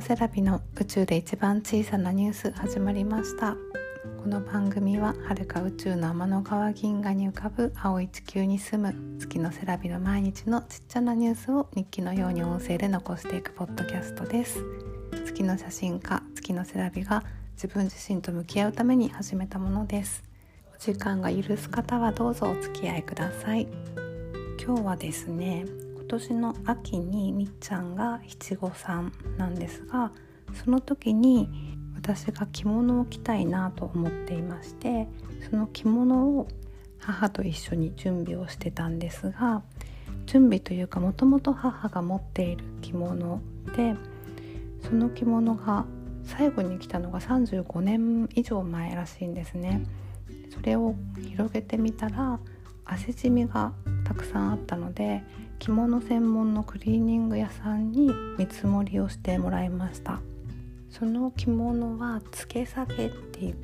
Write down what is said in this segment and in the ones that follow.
セラビの宇宙で一番小さなニュース始まりました。この番組は遥か宇宙の天の川銀河に浮かぶ青い地球に住む月のセラビの毎日のちっちゃなニュースを日記のように音声で残していくポッドキャストです。月の写真家、月のセラビが自分自身と向き合うために始めたものです。お時間が許す方はどうぞお付き合いください。今日はですね、今年の秋にみっちゃんが七五三なんですが、その時に私が着物を着たいなと思っていまして、その着物を母と一緒に準備をしてたんですが、準備というかもともと母が持っている着物で、その着物が最後に着たのが35年以上前らしいんですね。それを広げてみたら汗じみがたくさんあったので、着物専門のクリーニング屋さんに見積もりをしてもらいました。その着物はつけ下げって言って、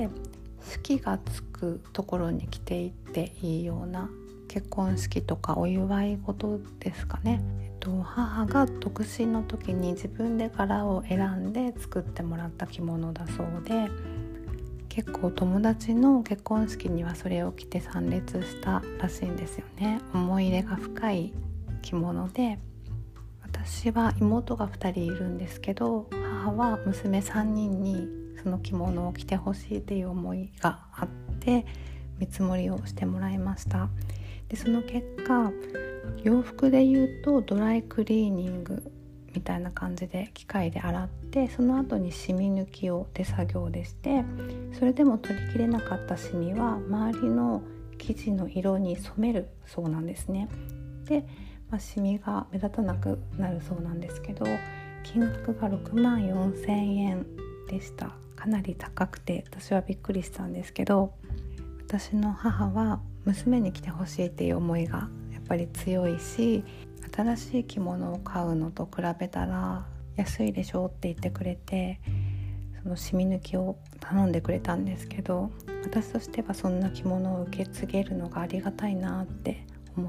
式がつくところに着ていっていいような、結婚式とかお祝い事ですかね。母が独身の時に自分で柄を選んで作ってもらった着物だそうで、結構友達の結婚式にはそれを着て参列したらしいんですよね。思い入れが深い着物で、私は妹が2人いるんですけど、母は娘3人にその着物を着てほしいという思いがあって見積もりをしてもらいました。でその結果、洋服でいうとドライクリーニングみたいな感じで機械で洗って、その後にシミ抜きを手作業でして、それでも取りきれなかったシミは周りの生地の色に染めるそうなんですね。で、シミが目立たなくなるそうなんですけど、金額が64,000円でした。かなり高くて私はびっくりしたんですけど、私の母は娘に着てほしいっていう思いがやっぱり強いし、新しい着物を買うのと比べたら安いでしょって言ってくれて、そのシミ抜きを頼んでくれたんですけど、私としてはそんな着物を受け継げるのがありがたいなって思って、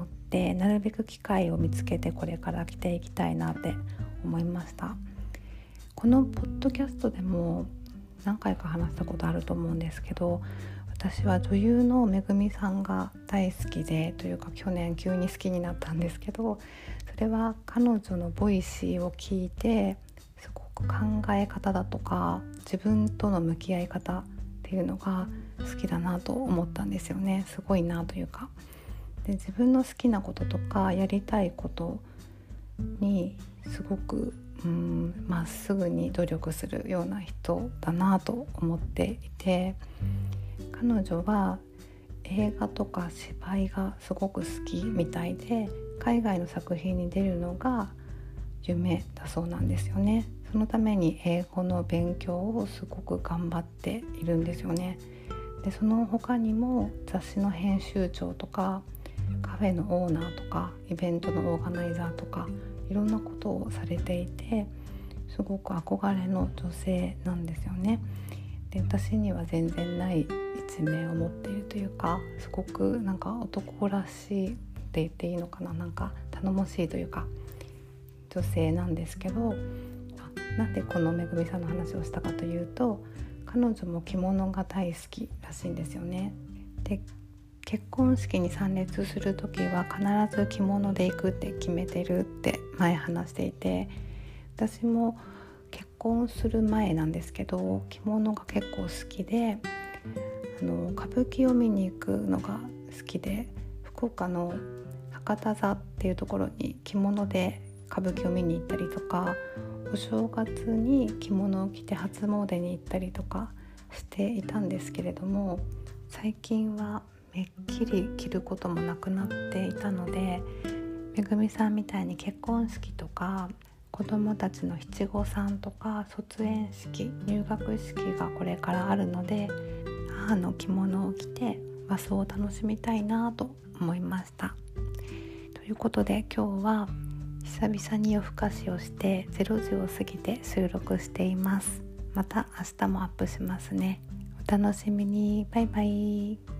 なるべく機会を見つけてこれから着ていきたいなって思いました。このポッドキャストでも何回か話したことあると思うんですけど、私は女優のめぐみさんが大好きで、というか去年急に好きになったんですけど、それは彼女のボイシーを聞いて、すごく考え方だとか自分との向き合い方っていうのが好きだなと思ったんですよね。すごいなというか、で自分の好きなこととかやりたいことにすごくまっすぐに努力するような人だなと思っていて、彼女は映画とか芝居がすごく好きみたいで、海外の作品に出るのが夢だそうなんですよね。そのために英語の勉強をすごく頑張っているんですよね。でその他にも雑誌の編集長とかカフェのオーナーとかイベントのオーガナイザーとか、いろんなことをされていて、すごく憧れの女性なんですよね。で私には全然ない一面を持っているというか、すごくなんか男らしいって言っていいのかな、なんか頼もしいというか女性なんですけど、なんでこのめぐみさんの話をしたかというと、彼女も着物が大好きらしいんですよね。で結婚式に参列する時は必ず着物で行くって決めてるって前話していて、私も結婚する前なんですけど着物が結構好きで、歌舞伎を見に行くのが好きで、福岡の博多座っていうところに着物で歌舞伎を見に行ったりとか、お正月に着物を着て初詣に行ったりとかしていたんですけれども、最近はめっきり着ることもなくなっていたので、めぐみさんみたいに結婚式とか子どもたちの七五三とか卒園式、入学式がこれからあるので、母の着物を着て和装を楽しみたいなと思いました。ということで今日は久々に夜更かしをして0時を過ぎて収録しています。また明日もアップしますね。お楽しみに。バイバイ。